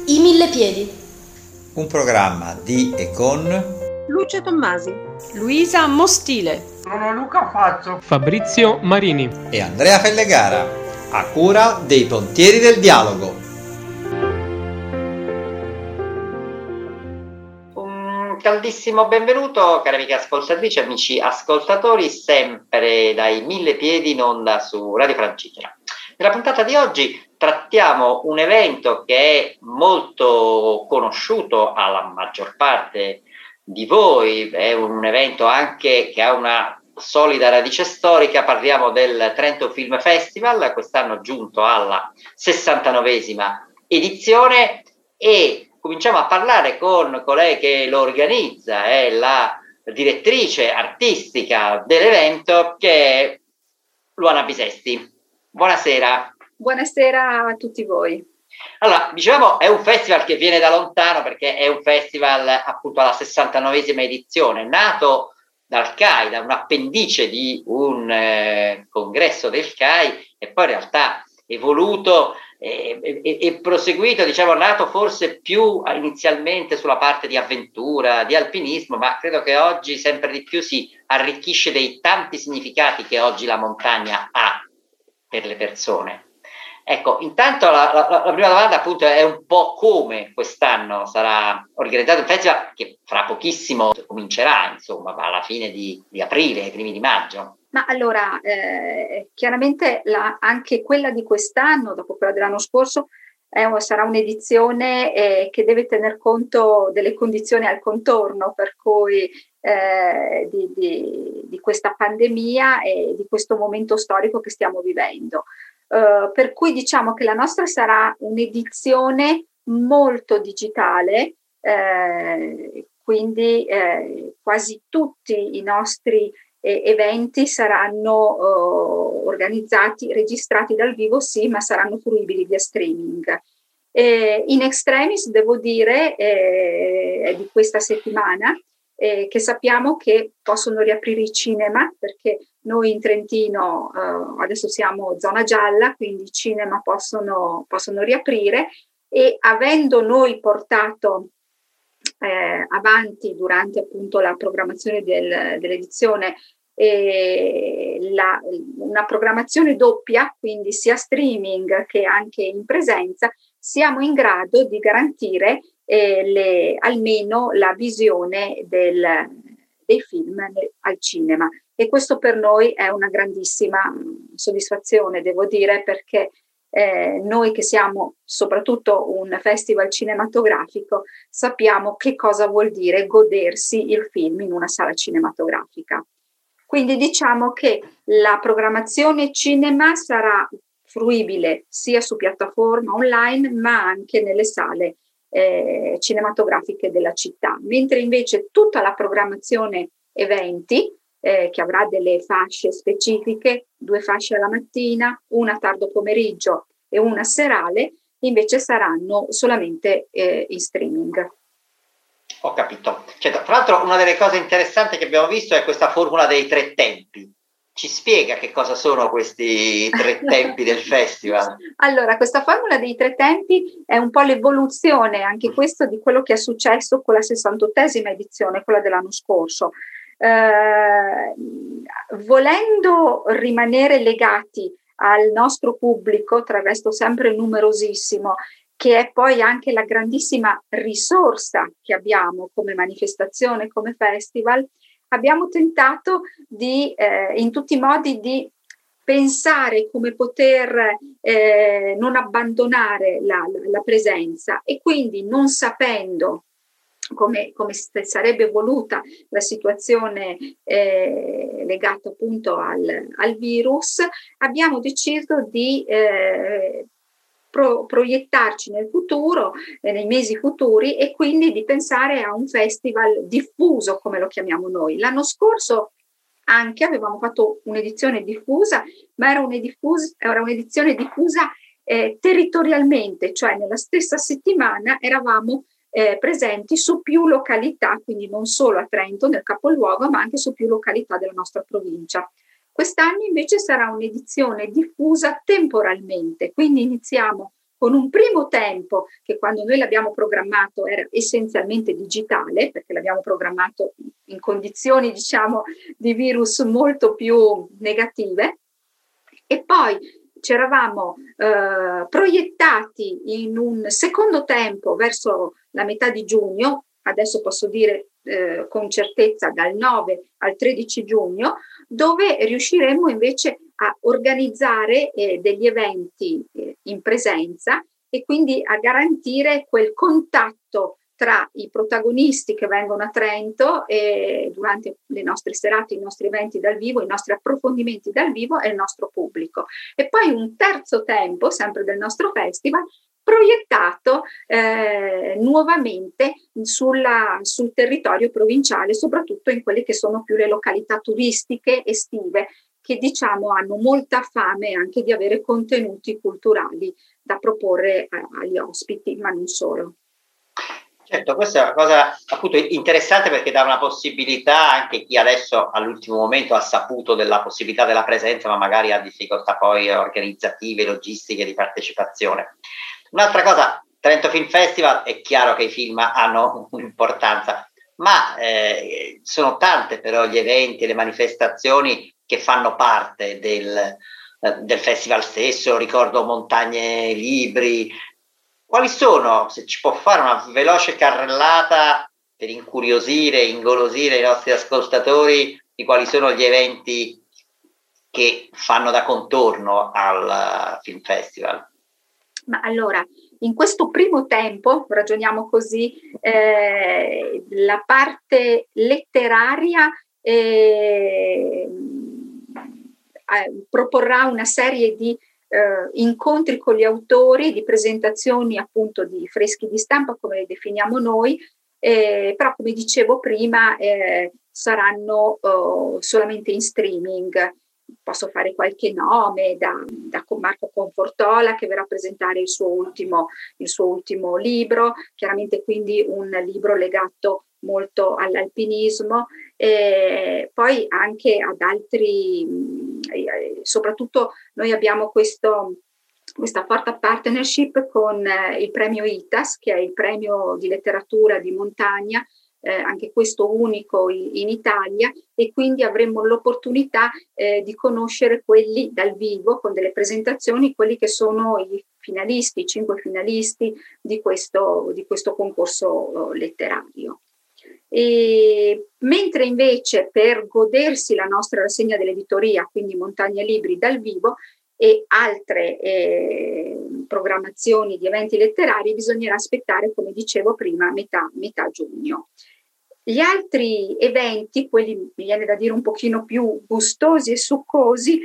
I Mille Piedi. Un programma di e con Lucia Tommasi, Luisa Mostile, Sono Luca Fazzo, Fabrizio Marini e Andrea Fellegara, a cura dei Pontieri del Dialogo. Un caldissimo benvenuto, cari amiche ascoltatrici, amici ascoltatori, sempre dai Mille Piedi in onda su Radio Francigena. Nella puntata di oggi trattiamo un evento che è molto conosciuto alla maggior parte di voi, è un evento anche che ha una solida radice storica. Parliamo del Trento Film Festival, quest'anno giunto alla 69esima edizione, e cominciamo a parlare con colei che lo organizza, è la direttrice artistica dell'evento, che è Luana Bisesti. Buonasera. Buonasera a tutti voi. Allora, diciamo, è un festival che viene da lontano, perché è un festival appunto alla 69esima edizione, nato dal CAI, da un appendice di un congresso del CAI, e poi in realtà evoluto e proseguito, diciamo, nato forse più inizialmente sulla parte di avventura, di alpinismo, ma credo che oggi sempre di più si arricchisce dei tanti significati che oggi la montagna ha per le persone. Ecco, intanto la prima domanda appunto è un po' come quest'anno sarà organizzato un festival che fra pochissimo comincerà, insomma, alla fine di aprile, ai primi di maggio. Ma allora, chiaramente anche quella di quest'anno, dopo quella dell'anno scorso, sarà un'edizione che deve tener conto delle condizioni al contorno, per cui di questa pandemia e di questo momento storico che stiamo vivendo. Per cui diciamo che la nostra sarà un'edizione molto digitale, quindi quasi tutti i nostri eventi saranno organizzati, registrati dal vivo, sì, ma saranno fruibili via streaming. In extremis devo dire di questa settimana che sappiamo che possono riaprire i cinema, perché noi in Trentino adesso siamo zona gialla, quindi i cinema possono riaprire, e avendo noi portato avanti durante appunto la programmazione dell'edizione una programmazione doppia, quindi sia streaming che anche in presenza, siamo in grado di garantire almeno la visione dei film al cinema, e questo per noi è una grandissima soddisfazione, devo dire, perché noi che siamo soprattutto un festival cinematografico sappiamo che cosa vuol dire godersi il film in una sala cinematografica. Quindi diciamo che la programmazione cinema sarà fruibile sia su piattaforma online ma anche nelle sale cinematografiche della città, mentre invece tutta la programmazione eventi che avrà delle fasce specifiche, 2 fasce alla mattina, una tardo pomeriggio e una serale, invece saranno solamente in streaming. Ho capito. Tra l'altro una delle cose interessanti che abbiamo visto è questa formula dei 3 tempi. Ci spiega che cosa sono questi 3 tempi del festival? Allora, questa formula dei 3 tempi è un po' l'evoluzione, anche questo, di quello che è successo con la 68esima edizione, quella dell'anno scorso. Volendo rimanere legati al nostro pubblico, tra il resto sempre numerosissimo, che è poi anche la grandissima risorsa che abbiamo come manifestazione, come festival, abbiamo tentato in tutti i modi di pensare come poter non abbandonare la presenza, e quindi, non sapendo come sarebbe evoluta la situazione legata appunto al virus, abbiamo deciso di proiettarci nel futuro, nei mesi futuri, e quindi di pensare a un festival diffuso, come lo chiamiamo noi. L'anno scorso anche avevamo fatto un'edizione diffusa, ma era un'edizione diffusa territorialmente, cioè nella stessa settimana eravamo presenti su più località, quindi non solo a Trento, nel capoluogo, ma anche su più località della nostra provincia. Quest'anno invece sarà un'edizione diffusa temporalmente, quindi iniziamo con un primo tempo che quando noi l'abbiamo programmato era essenzialmente digitale, perché l'abbiamo programmato in condizioni, diciamo, di virus molto più negative, e poi ci eravamo proiettati in un secondo tempo verso la metà di giugno, adesso posso dire con certezza dal 9 al 13 giugno, dove riusciremo invece a organizzare degli eventi in presenza e quindi a garantire quel contatto tra i protagonisti che vengono a Trento durante le nostre serate, i nostri eventi dal vivo, i nostri approfondimenti dal vivo e il nostro pubblico. E poi un terzo tempo, sempre del nostro festival, proiettato nuovamente sul territorio provinciale, soprattutto in quelle che sono più le località turistiche estive, che diciamo hanno molta fame anche di avere contenuti culturali da proporre agli ospiti, ma non solo. Certo, questa è una cosa appunto interessante, perché dà una possibilità anche a chi adesso all'ultimo momento ha saputo della possibilità della presenza, ma magari ha difficoltà poi organizzative, logistiche, di partecipazione. Un'altra cosa, Trento Film Festival, è chiaro che i film hanno un'importanza, ma sono tante però gli eventi e le manifestazioni che fanno parte del festival stesso. Ricordo Montagne Libri. Quali sono, se ci può fare una veloce carrellata per incuriosire, ingolosire i nostri ascoltatori, di quali sono gli eventi che fanno da contorno al Film Festival? Ma allora, in questo primo tempo, ragioniamo così, la parte letteraria proporrà una serie di incontri con gli autori, di presentazioni appunto di freschi di stampa, come le definiamo noi, però come dicevo prima saranno solamente in streaming. Posso fare qualche nome, da Marco Confortola, che verrà a presentare il suo ultimo libro, chiaramente quindi un libro legato molto all'alpinismo, poi anche ad altri, soprattutto noi abbiamo questa forte partnership con il premio ITAS, che è il premio di letteratura di montagna, anche questo unico in Italia, e quindi avremo l'opportunità di conoscere quelli dal vivo, con delle presentazioni, quelli che sono i 5 finalisti di questo concorso letterario. E mentre invece per godersi la nostra rassegna dell'editoria, quindi Montagne Libri dal vivo e altre programmazioni di eventi letterari, bisognerà aspettare, come dicevo prima, metà giugno. Gli altri eventi, quelli mi viene da dire un pochino più gustosi e succosi,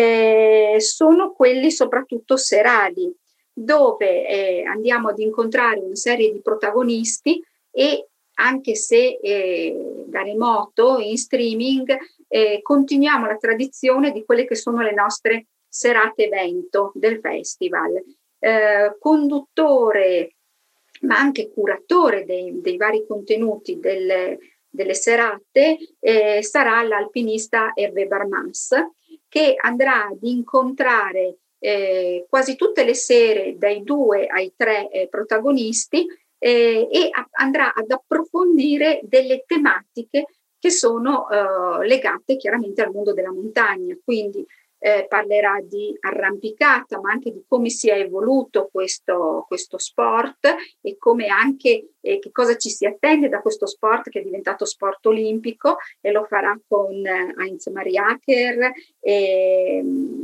sono quelli soprattutto serali, dove andiamo ad incontrare una serie di protagonisti e anche se da remoto, in streaming, continuiamo la tradizione di quelle che sono le nostre serate evento del festival. Conduttore ma anche curatore dei vari contenuti delle serate sarà l'alpinista Hervé Barmas, che andrà ad incontrare quasi tutte le sere dai 2 ai 3 protagonisti e andrà ad approfondire delle tematiche che sono legate chiaramente al mondo della montagna, quindi parlerà di arrampicata, ma anche di come si è evoluto questo sport e come anche che cosa ci si attende da questo sport che è diventato sport olimpico, e lo farà con Heinz Mariacher e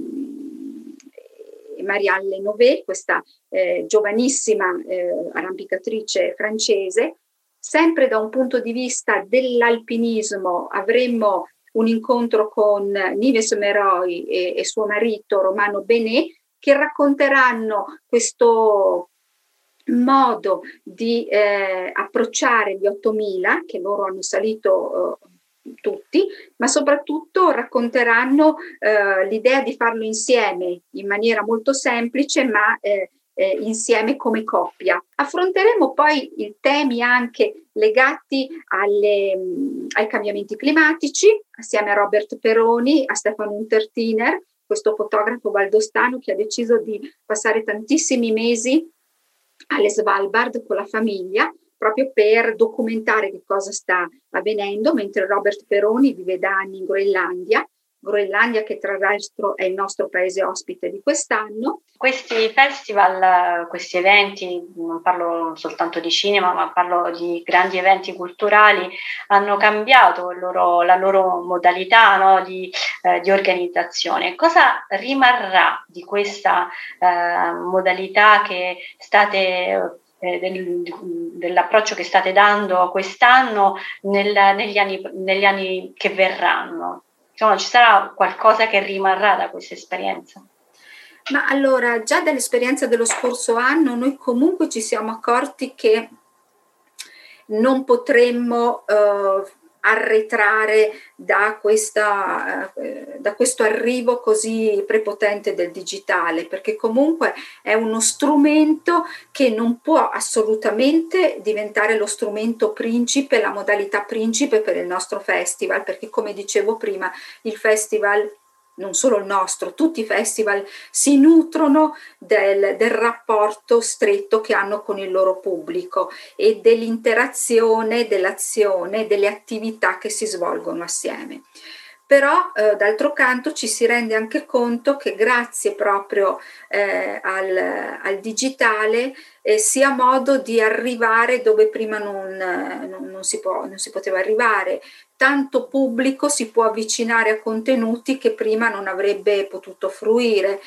Marianne Nové, questa giovanissima arrampicatrice francese. Sempre da un punto di vista dell'alpinismo avremmo un incontro con Nives Meroy e suo marito Romano Benet, che racconteranno questo modo di approcciare gli 8000 che loro hanno salito tutti, ma soprattutto racconteranno l'idea di farlo insieme in maniera molto semplice, ma insieme come coppia. Affronteremo poi i temi anche legati ai cambiamenti climatici, assieme a Robert Peroni, a Stefano Untertiner, questo fotografo valdostano che ha deciso di passare tantissimi mesi alle Svalbard con la famiglia, proprio per documentare che cosa sta avvenendo, mentre Robert Peroni vive da anni in Groenlandia, che tra l'altro è il nostro paese ospite di quest'anno. Questi festival, questi eventi, non parlo soltanto di cinema, ma parlo di grandi eventi culturali, hanno cambiato la loro modalità, no, di organizzazione. Cosa rimarrà di questa modalità che state dell'approccio che state dando quest'anno negli anni che verranno? Insomma, ci sarà qualcosa che rimarrà da questa esperienza? Ma allora, già dall'esperienza dello scorso anno noi comunque ci siamo accorti che non potremmo arretrare da questo arrivo così prepotente del digitale, perché comunque è uno strumento che non può assolutamente diventare lo strumento principe, la modalità principe per il nostro festival, perché come dicevo prima, il festival, non solo il nostro, tutti i festival si nutrono del rapporto stretto che hanno con il loro pubblico e dell'interazione, dell'azione, delle attività che si svolgono assieme. Però d'altro canto ci si rende anche conto che grazie proprio al digitale sia modo di arrivare dove prima non si poteva arrivare. Tanto pubblico si può avvicinare a contenuti che prima non avrebbe potuto fruire.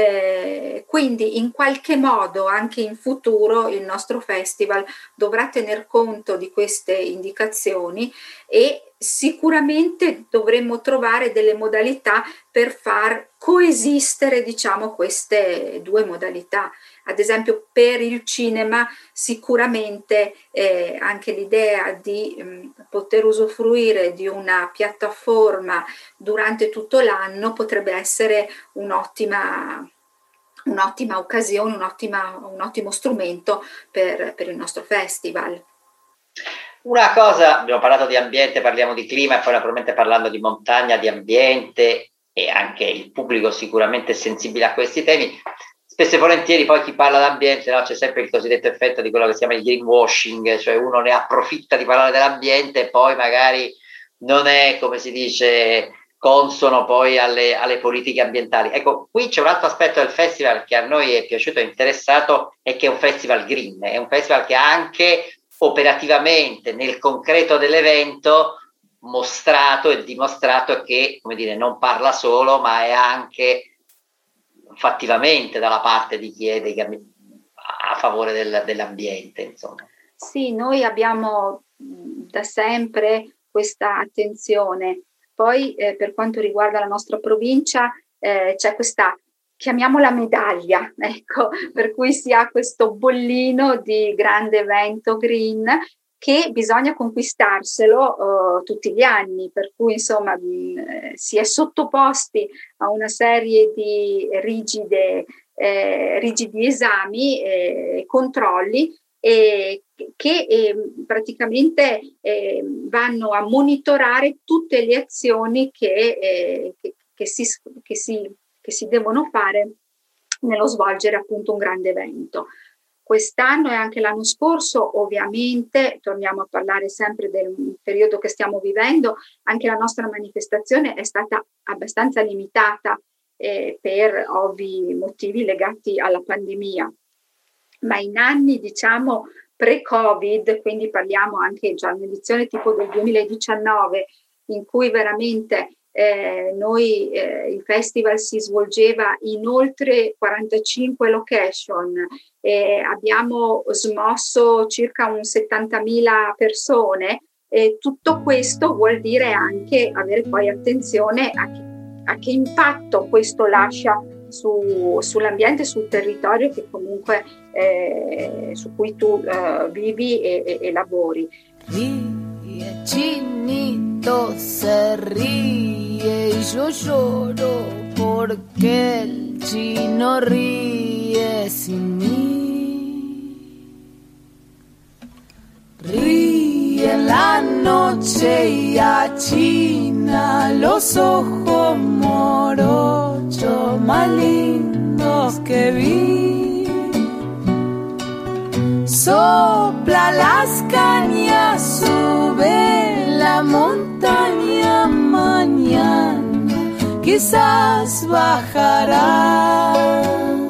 Quindi in qualche modo anche in futuro il nostro festival dovrà tener conto di queste indicazioni e sicuramente dovremmo trovare delle modalità per far coesistere, diciamo, queste due modalità. Ad esempio per il cinema sicuramente anche l'idea di poter usufruire di una piattaforma durante tutto l'anno potrebbe essere un'ottima occasione, un ottimo strumento per il nostro festival. Una cosa, abbiamo parlato di ambiente, parliamo di clima e poi naturalmente parlando di montagna, di ambiente, e anche il pubblico sicuramente è sensibile a questi temi. Spesso e volentieri poi chi parla d'ambiente, no, c'è sempre il cosiddetto effetto di quello che si chiama il greenwashing, cioè uno ne approfitta di parlare dell'ambiente e poi magari non è, come si dice, consono poi alle politiche ambientali. Ecco, qui c'è un altro aspetto del festival che a noi è piaciuto e interessato, è che è un festival green, è un festival che ha anche operativamente nel concreto dell'evento mostrato e dimostrato che, come dire, non parla solo, ma è anche fattivamente dalla parte di chi è a favore dell'ambiente, insomma. Sì, noi abbiamo da sempre questa attenzione. Poi per quanto riguarda la nostra provincia c'è questa, chiamiamola medaglia, ecco, per cui si ha questo bollino di grande evento green che bisogna conquistarselo tutti gli anni, per cui insomma si è sottoposti a una serie di rigidi esami e controlli che praticamente vanno a monitorare tutte le azioni che si devono fare nello svolgere appunto un grande evento. Quest'anno e anche l'anno scorso, ovviamente, torniamo a parlare sempre del periodo che stiamo vivendo, anche la nostra manifestazione è stata abbastanza limitata per ovvi motivi legati alla pandemia. Ma in anni, diciamo, pre-Covid, quindi parliamo anche già un'edizione tipo del 2019, in cui veramente il festival si svolgeva in oltre 45 location, abbiamo smosso circa 70.000 persone, tutto questo vuol dire anche avere poi attenzione a che impatto questo lascia sull'ambiente, sul territorio che comunque su cui tu vivi e lavori. Ríe, chinito se ríe y yo lloro porque el chino ríe sin mí. Ríe la noche noche y achina los ojos morochos más lindos que vi. Sopla las cañas, sube la montaña, mañana quizás bajará.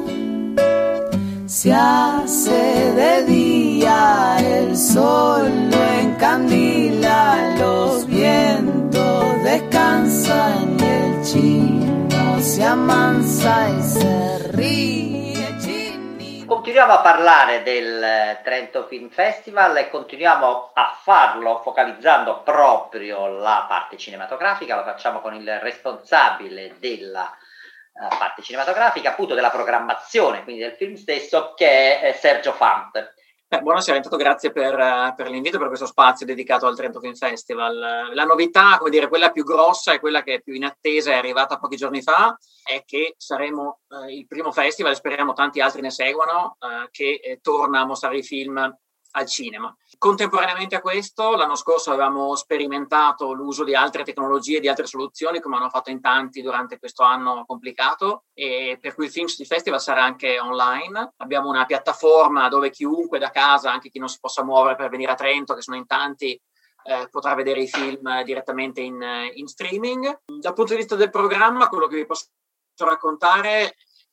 Se hace de día, el sol lo encandila, los vientos descansan y el chino se amansa y se ríe. Continuiamo a parlare del Trento Film Festival e continuiamo a farlo focalizzando proprio la parte cinematografica. Lo facciamo con il responsabile della parte cinematografica, appunto della programmazione, quindi del film stesso, che è Sergio Fant. Buonasera, intanto grazie per l'invito, per questo spazio dedicato al Trento Film Festival. La novità, come dire, quella più grossa e quella che è più in attesa, è arrivata pochi giorni fa, è che saremo il primo festival, e speriamo tanti altri ne seguano, che torna a mostrare i film al cinema. Contemporaneamente a questo, l'anno scorso avevamo sperimentato l'uso di altre tecnologie, di altre soluzioni, come hanno fatto in tanti durante questo anno complicato, e per cui il Film Festival sarà anche online. Abbiamo una piattaforma dove chiunque da casa, anche chi non si possa muovere per venire a Trento, che sono in tanti, potrà vedere i film direttamente in streaming. Dal punto di vista del programma, quello che vi posso raccontare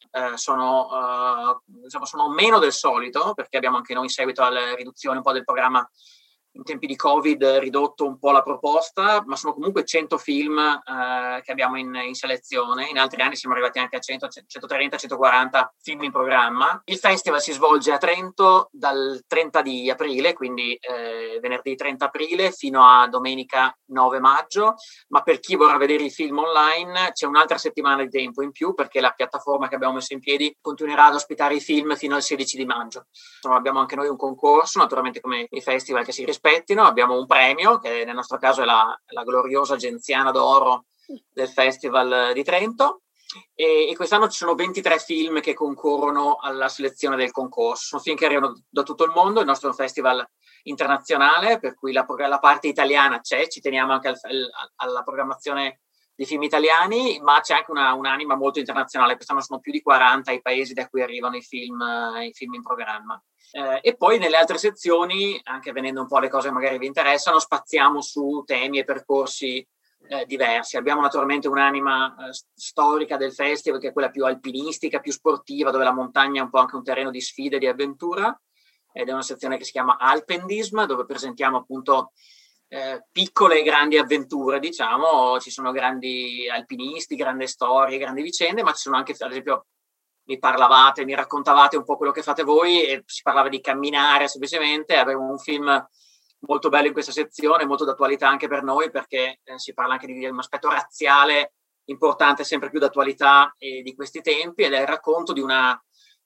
sono meno del solito, perché abbiamo anche noi, in seguito alla riduzione un po' del programma in tempi di Covid, ridotto un po' la proposta, ma sono comunque 100 film che abbiamo in selezione. In altri anni siamo arrivati anche a 100, 130, 140 film in programma. Il festival si svolge a Trento dal 30 di aprile, quindi venerdì 30 aprile fino a domenica 9 maggio, ma per chi vorrà vedere i film online c'è un'altra settimana di tempo in più, perché la piattaforma che abbiamo messo in piedi continuerà ad ospitare i film fino al 16 di maggio. Insomma, abbiamo anche noi un concorso, naturalmente come i festival che si rispettano. Abbiamo un premio, che nel nostro caso è la gloriosa Genziana d'Oro del Festival di Trento, e quest'anno ci sono 23 film che concorrono alla selezione del concorso. Sono film che arrivano da tutto il mondo, il nostro è un festival internazionale, per cui la parte italiana c'è, ci teniamo anche alla programmazione di film italiani, ma c'è anche un'anima molto internazionale. Quest'anno sono più di 40 i paesi da cui arrivano i film in programma. E poi nelle altre sezioni, anche venendo un po' alle cose che magari vi interessano, spaziamo su temi e percorsi diversi. Abbiamo naturalmente un'anima storica del festival, che è quella più alpinistica, più sportiva, dove la montagna è un po' anche un terreno di sfide e di avventura, ed è una sezione che si chiama Alpendism, dove presentiamo appunto piccole e grandi avventure, diciamo. Ci sono grandi alpinisti, grandi storie, grandi vicende, ma ci sono anche, ad esempio, mi raccontavate un po' quello che fate voi, e si parlava di camminare semplicemente. Avevo un film molto bello in questa sezione, molto d'attualità anche per noi, perché si parla anche di un aspetto razziale importante, sempre più d'attualità di questi tempi, ed è il racconto di una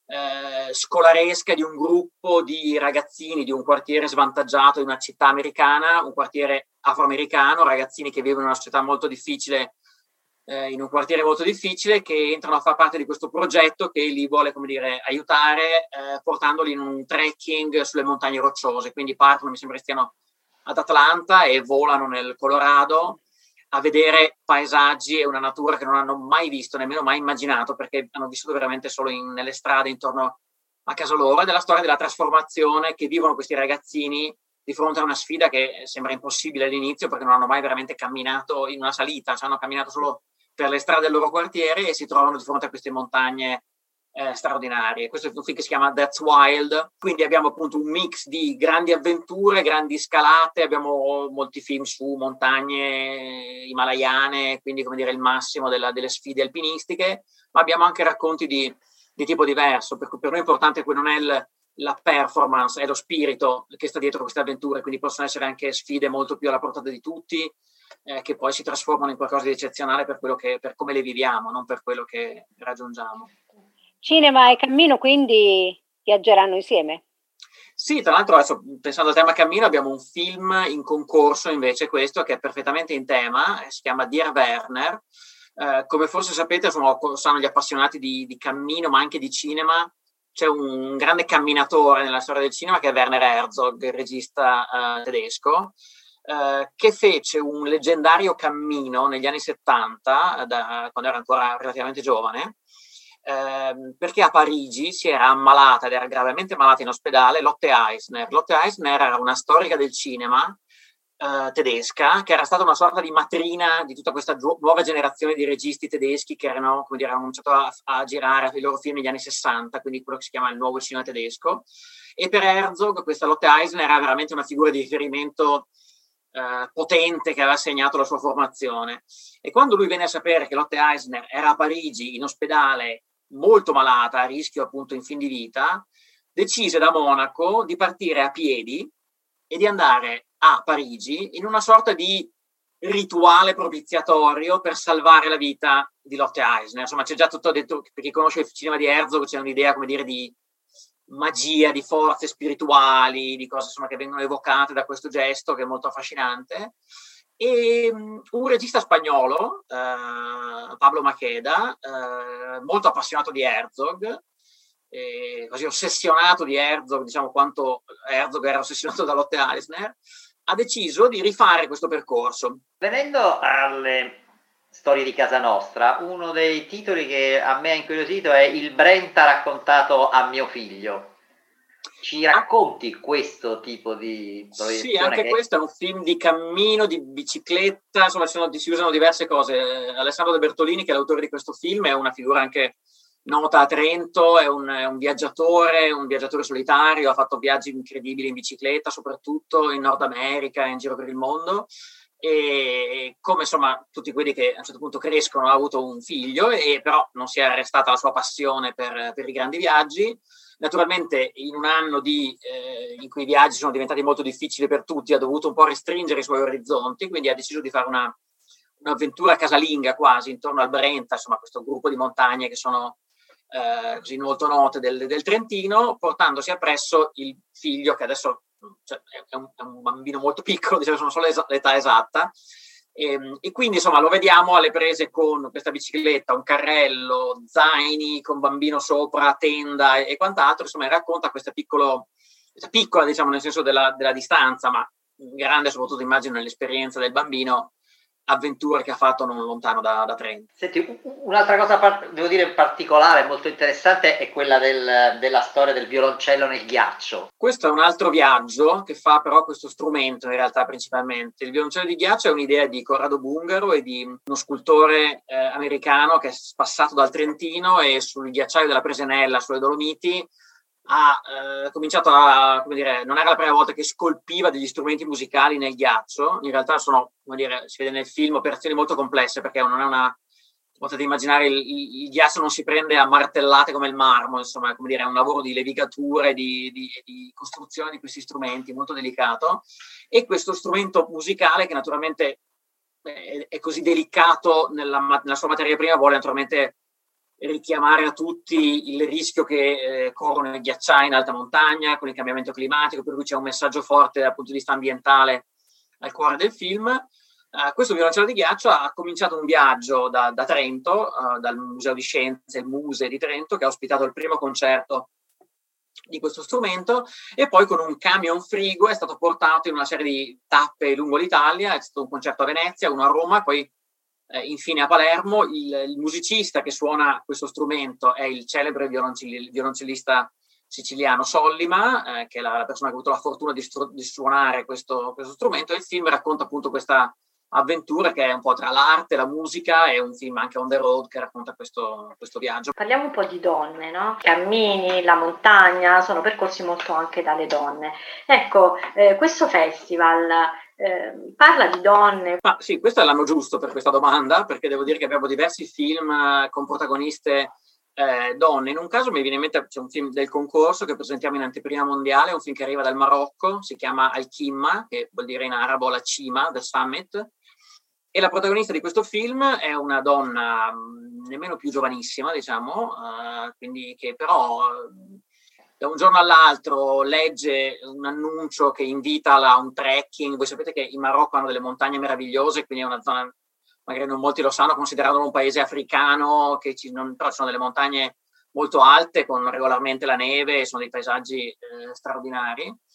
scolaresca, di un gruppo di ragazzini di un quartiere svantaggiato di una città americana, un quartiere afroamericano, ragazzini che vivono in una società molto difficile, in un quartiere molto difficile, che entrano a far parte di questo progetto che li vuole, come dire, aiutare, portandoli in un trekking sulle montagne rocciose. Quindi partono, mi sembra stiano ad Atlanta, e volano nel Colorado a vedere paesaggi e una natura che non hanno mai visto, nemmeno mai immaginato, perché hanno vissuto veramente solo nelle strade intorno a casa loro. Ed è la storia della trasformazione che vivono questi ragazzini di fronte a una sfida che sembra impossibile all'inizio, perché non hanno mai veramente camminato in una salita, cioè hanno camminato solo per le strade del loro quartiere, e si trovano di fronte a queste montagne straordinarie. Questo è un film che si chiama That's Wild. Quindi abbiamo appunto un mix di grandi avventure, grandi scalate, abbiamo molti film su montagne himalayane, quindi, come dire, il massimo delle sfide alpinistiche, ma abbiamo anche racconti di tipo diverso, per cui per noi è importante che non è la performance, è lo spirito che sta dietro queste avventure, quindi possono essere anche sfide molto più alla portata di tutti, che poi si trasformano in qualcosa di eccezionale per come le viviamo, non per quello che raggiungiamo. Cinema e cammino quindi viaggeranno insieme? Sì, tra l'altro adesso, pensando al tema cammino, abbiamo un film in concorso invece, questo, che è perfettamente in tema, si chiama Dear Werner. Come forse sapete, sanno gli appassionati di cammino, ma anche di cinema, c'è un grande camminatore nella storia del cinema che è Werner Herzog, il regista tedesco. che fece un leggendario cammino negli anni 70, quando era ancora relativamente giovane, perché a Parigi si era ammalata ed era gravemente malata in ospedale Lotte Eisner. Lotte Eisner era una storica del cinema tedesca, che era stata una sorta di matrina di tutta questa nuova generazione di registi tedeschi che erano, come dire, hanno cominciato a girare i loro film negli anni 60, quindi quello che si chiama il nuovo cinema tedesco. E per Herzog questa Lotte Eisner era veramente una figura di riferimento potente che aveva segnato la sua formazione. E quando lui venne a sapere che Lotte Eisner era a Parigi in ospedale molto malata, a rischio appunto in fin di vita, decise da Monaco di partire a piedi e di andare a Parigi in una sorta di rituale propiziatorio per salvare la vita di Lotte Eisner. Insomma, c'è già tutto detto, per chi conosce il cinema di Herzog c'è un'idea, come dire, di magia, di forze spirituali, di cose insomma che vengono evocate da questo gesto che è molto affascinante. E un regista spagnolo, Pablo Maqueda, molto appassionato di Herzog, così ossessionato di Herzog, diciamo quanto Herzog era ossessionato da Lotte Eisner, ha deciso di rifare questo percorso. Venendo alle storie di casa nostra, uno dei titoli che a me ha incuriosito è Il Brenta raccontato a mio figlio. Ci racconti questo tipo di proiezione? Sì, anche questo è un film di cammino, di bicicletta, insomma si usano diverse cose. Alessandro De Bertolini, che è l'autore di questo film, è una figura anche nota a Trento, è un viaggiatore solitario, ha fatto viaggi incredibili in bicicletta, soprattutto in Nord America e in giro per il mondo. E come insomma tutti quelli che a un certo punto crescono, ha avuto un figlio e però non si è arrestata la sua passione per i grandi viaggi. Naturalmente in un anno in cui i viaggi sono diventati molto difficili per tutti, ha dovuto un po' restringere i suoi orizzonti, quindi ha deciso di fare un'avventura casalinga quasi intorno al Brenta, insomma questo gruppo di montagne che sono così molto note del Trentino, portandosi appresso il figlio che adesso è un bambino molto piccolo, diciamo, non so l'età esatta, e quindi insomma lo vediamo alle prese con questa bicicletta, un carrello, zaini con bambino sopra, tenda e quant'altro. Insomma racconta questa piccola, diciamo, nel senso della distanza, ma grande soprattutto immagino nell'esperienza del bambino, avventure che ha fatto non lontano da Trento. Senti, un'altra cosa devo dire particolare, molto interessante, è quella della storia del violoncello nel ghiaccio. Questo è un altro viaggio che fa però questo strumento in realtà principalmente. Il violoncello di ghiaccio è un'idea di Corrado Bungaro e di uno scultore americano che è passato dal Trentino e sul ghiacciaio della Presenella, sulle Dolomiti, ha cominciato come dire, non era la prima volta che scolpiva degli strumenti musicali nel ghiaccio. In realtà sono, come dire, si vede nel film, operazioni molto complesse, perché non è potete immaginare, il ghiaccio non si prende a martellate come il marmo, insomma, come dire, è un lavoro di levigatura, di costruzione di questi strumenti molto delicato. E questo strumento musicale, che naturalmente è così delicato nella sua materia prima, vuole naturalmente richiamare a tutti il rischio che corrono i ghiacciai in alta montagna con il cambiamento climatico, per cui c'è un messaggio forte dal punto di vista ambientale al cuore del film. Questo violoncello di ghiaccio ha cominciato un viaggio da Trento, dal Museo di Scienze, il Muse di Trento, che ha ospitato il primo concerto di questo strumento, e poi con un camion frigo è stato portato in una serie di tappe lungo l'Italia. È stato un concerto a Venezia, uno a Roma, poi infine a Palermo. Il musicista che suona questo strumento è il celebre violoncellista siciliano Sollima, che è la persona che ha avuto la fortuna di suonare questo strumento. E il film racconta appunto questa avventura che è un po' tra l'arte, la musica, e un film anche on the road che racconta questo viaggio. Parliamo un po' di donne, no? Cammini, la montagna, sono percorsi molto anche dalle donne. Ecco, questo festival parla di donne. Ma sì, questo è l'anno giusto per questa domanda, perché devo dire che abbiamo diversi film con protagoniste donne. In un caso mi viene in mente, c'è un film del concorso che presentiamo in anteprima mondiale, un film che arriva dal Marocco, si chiama Al-Qimma, che vuol dire in arabo la cima, the summit, e la protagonista di questo film è una donna nemmeno più giovanissima, diciamo, quindi che però da un giorno all'altro legge un annuncio che invita a un trekking. Voi sapete che in Marocco hanno delle montagne meravigliose, quindi è una zona, magari non molti lo sanno, considerandolo un paese africano, però sono delle montagne molto alte con regolarmente la neve e sono dei paesaggi straordinari.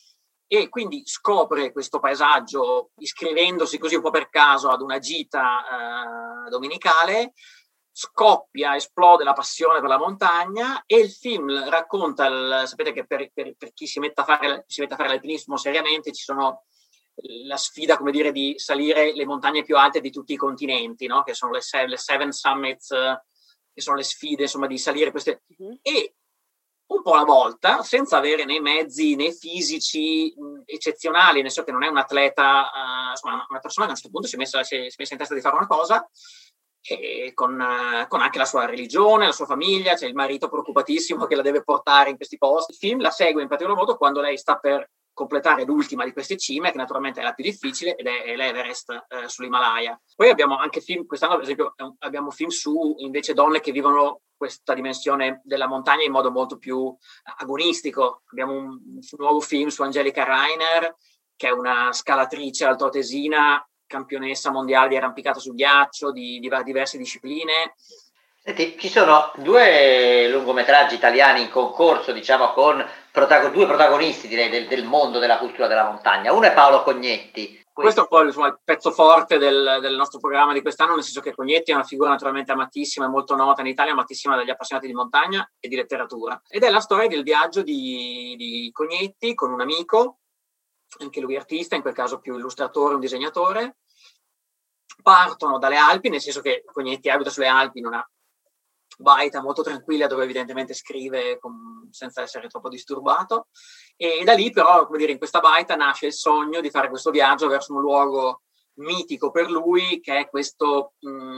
e quindi scopre questo paesaggio iscrivendosi così un po' per caso ad una gita domenicale, scoppia, esplode la passione per la montagna e il film racconta, sapete che per chi si mette a fare l'alpinismo seriamente ci sono la sfida, come dire, di salire le montagne più alte di tutti i continenti, no? Che sono le Seven Summits, che sono le sfide, insomma, di salire queste... E un po' alla volta, senza avere né mezzi né fisici eccezionali, nel senso che non è un atleta, insomma, una persona che a un certo punto si è messa in testa di fare una cosa, e con anche la sua religione, la sua famiglia, c'è il marito preoccupatissimo che la deve portare in questi posti. Il film la segue in particolar modo quando lei sta per completare l'ultima di queste cime, che naturalmente è la più difficile, ed è l'Everest sull'Himalaya. Poi abbiamo anche film, quest'anno per esempio abbiamo film su invece donne che vivono questa dimensione della montagna in modo molto più agonistico. Abbiamo un nuovo film su Angelica Rainer, che è una scalatrice altoatesina, campionessa mondiale di arrampicata sul ghiaccio, di diverse discipline. Senti, ci sono 2 lungometraggi italiani in concorso, diciamo, con 2 protagonisti, direi, del mondo della cultura della montagna. Uno è Paolo Cognetti. Questo è un po' il pezzo forte del nostro programma di quest'anno, nel senso che Cognetti è una figura naturalmente amatissima e molto nota in Italia, amatissima dagli appassionati di montagna e di letteratura. Ed è la storia del viaggio di Cognetti con un amico, anche lui artista, in quel caso più illustratore, un disegnatore. Partono dalle Alpi, nel senso che Cognetti abita sulle Alpi in una baita molto tranquilla dove evidentemente scrive senza essere troppo disturbato, e da lì però, come dire, in questa baita nasce il sogno di fare questo viaggio verso un luogo mitico per lui, che è questo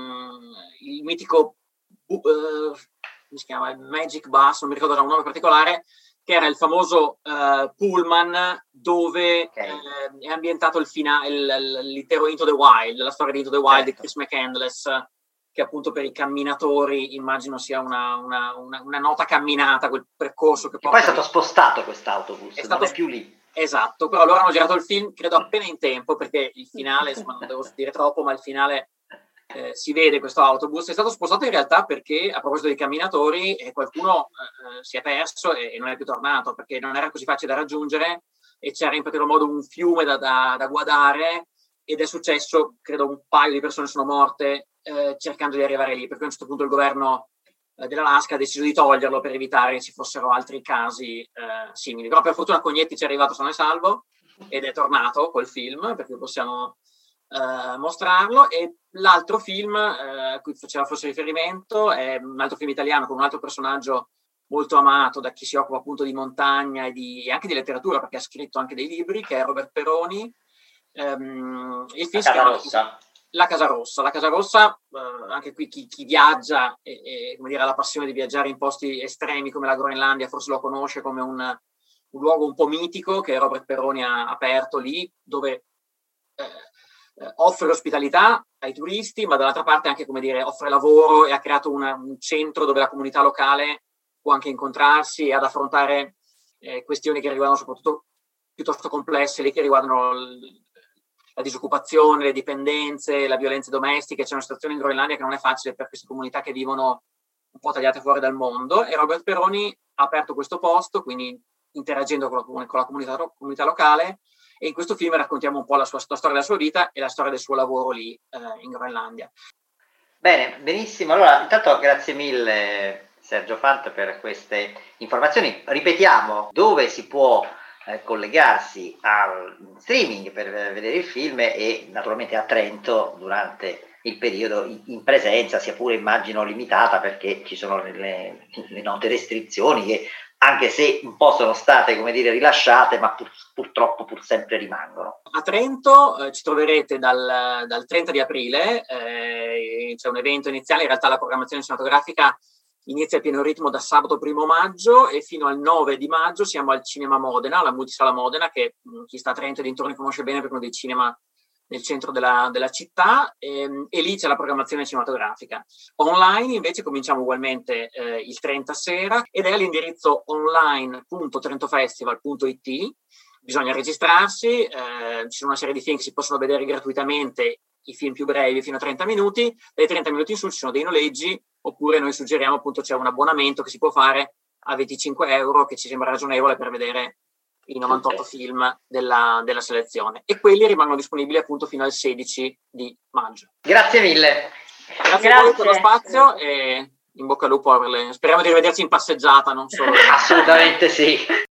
il mitico come si chiama, il Magic Bus, non mi ricordo un nome particolare, che era il famoso pullman dove è ambientato l'intero Into the Wild, la storia di Into the Wild di Chris McCandless, che appunto per i camminatori immagino sia una nota camminata, quel percorso che poi è stato spostato quest'autobus, non è più lì. Esatto, però loro hanno girato il film credo appena in tempo, perché il finale, insomma non devo dire troppo, ma il finale si vede questo autobus. È stato spostato in realtà perché, a proposito dei camminatori, qualcuno si è perso e non è più tornato, perché non era così facile da raggiungere e c'era in particolar modo un fiume da guardare, ed è successo, credo un paio di persone sono morte cercando di arrivare lì, perché a un certo punto il governo dell'Alaska ha deciso di toglierlo per evitare che ci fossero altri casi simili. Però per fortuna Cognetti ci è arrivato sano e salvo ed è tornato col film, perché possiamo mostrarlo. E l'altro film a cui faceva forse riferimento è un altro film italiano con un altro personaggio molto amato da chi si occupa appunto di montagna e anche di letteratura, perché ha scritto anche dei libri, che è Robert Peroni. Il film La Casa Rossa, anche qui chi viaggia e come dire, ha la passione di viaggiare in posti estremi come la Groenlandia forse lo conosce come un luogo un po' mitico che Robert Peroni ha aperto lì, dove offre ospitalità ai turisti, ma dall'altra parte anche, come dire, offre lavoro e ha creato un centro dove la comunità locale può anche incontrarsi e ad affrontare questioni che riguardano soprattutto piuttosto complesse, lì che riguardano la disoccupazione, le dipendenze, la violenza domestica. C'è una situazione in Groenlandia che non è facile per queste comunità che vivono un po' tagliate fuori dal mondo, e Robert Peroni ha aperto questo posto, quindi interagendo con la comunità locale, e in questo film raccontiamo un po' la storia della sua vita e la storia del suo lavoro lì in Groenlandia. Bene, benissimo. Allora, intanto grazie mille Sergio Fant per queste informazioni. Ripetiamo dove si può collegarsi al streaming per vedere il film, e naturalmente a Trento durante il periodo in presenza, sia pure immagino limitata, perché ci sono le note restrizioni che, anche se un po' sono state, come dire, rilasciate, ma purtroppo pur sempre rimangono. A Trento ci troverete dal 30 di aprile, c'è un evento iniziale, in realtà la programmazione cinematografica inizia a pieno ritmo da sabato 1 maggio e fino al 9 di maggio siamo al Cinema Modena, alla Multisala Modena, che chi sta a Trento e dintorni conosce bene perché è uno dei cinema nel centro della città, e lì c'è la programmazione cinematografica. Online invece cominciamo ugualmente il 30 sera, ed è all'indirizzo online.trentofestival.it. Bisogna registrarsi, ci sono una serie di film che si possono vedere gratuitamente, i film più brevi fino a 30 minuti, dai 30 minuti in su ci sono dei noleggi, oppure noi suggeriamo, appunto, c'è un abbonamento che si può fare a 25 euro, che ci sembra ragionevole per vedere i 98 film della selezione, e quelli rimangono disponibili appunto fino al 16 di maggio. Grazie mille. Grazie a voi per lo spazio e in bocca al lupo. Speriamo di rivederci in passeggiata, non solo. Assolutamente sì.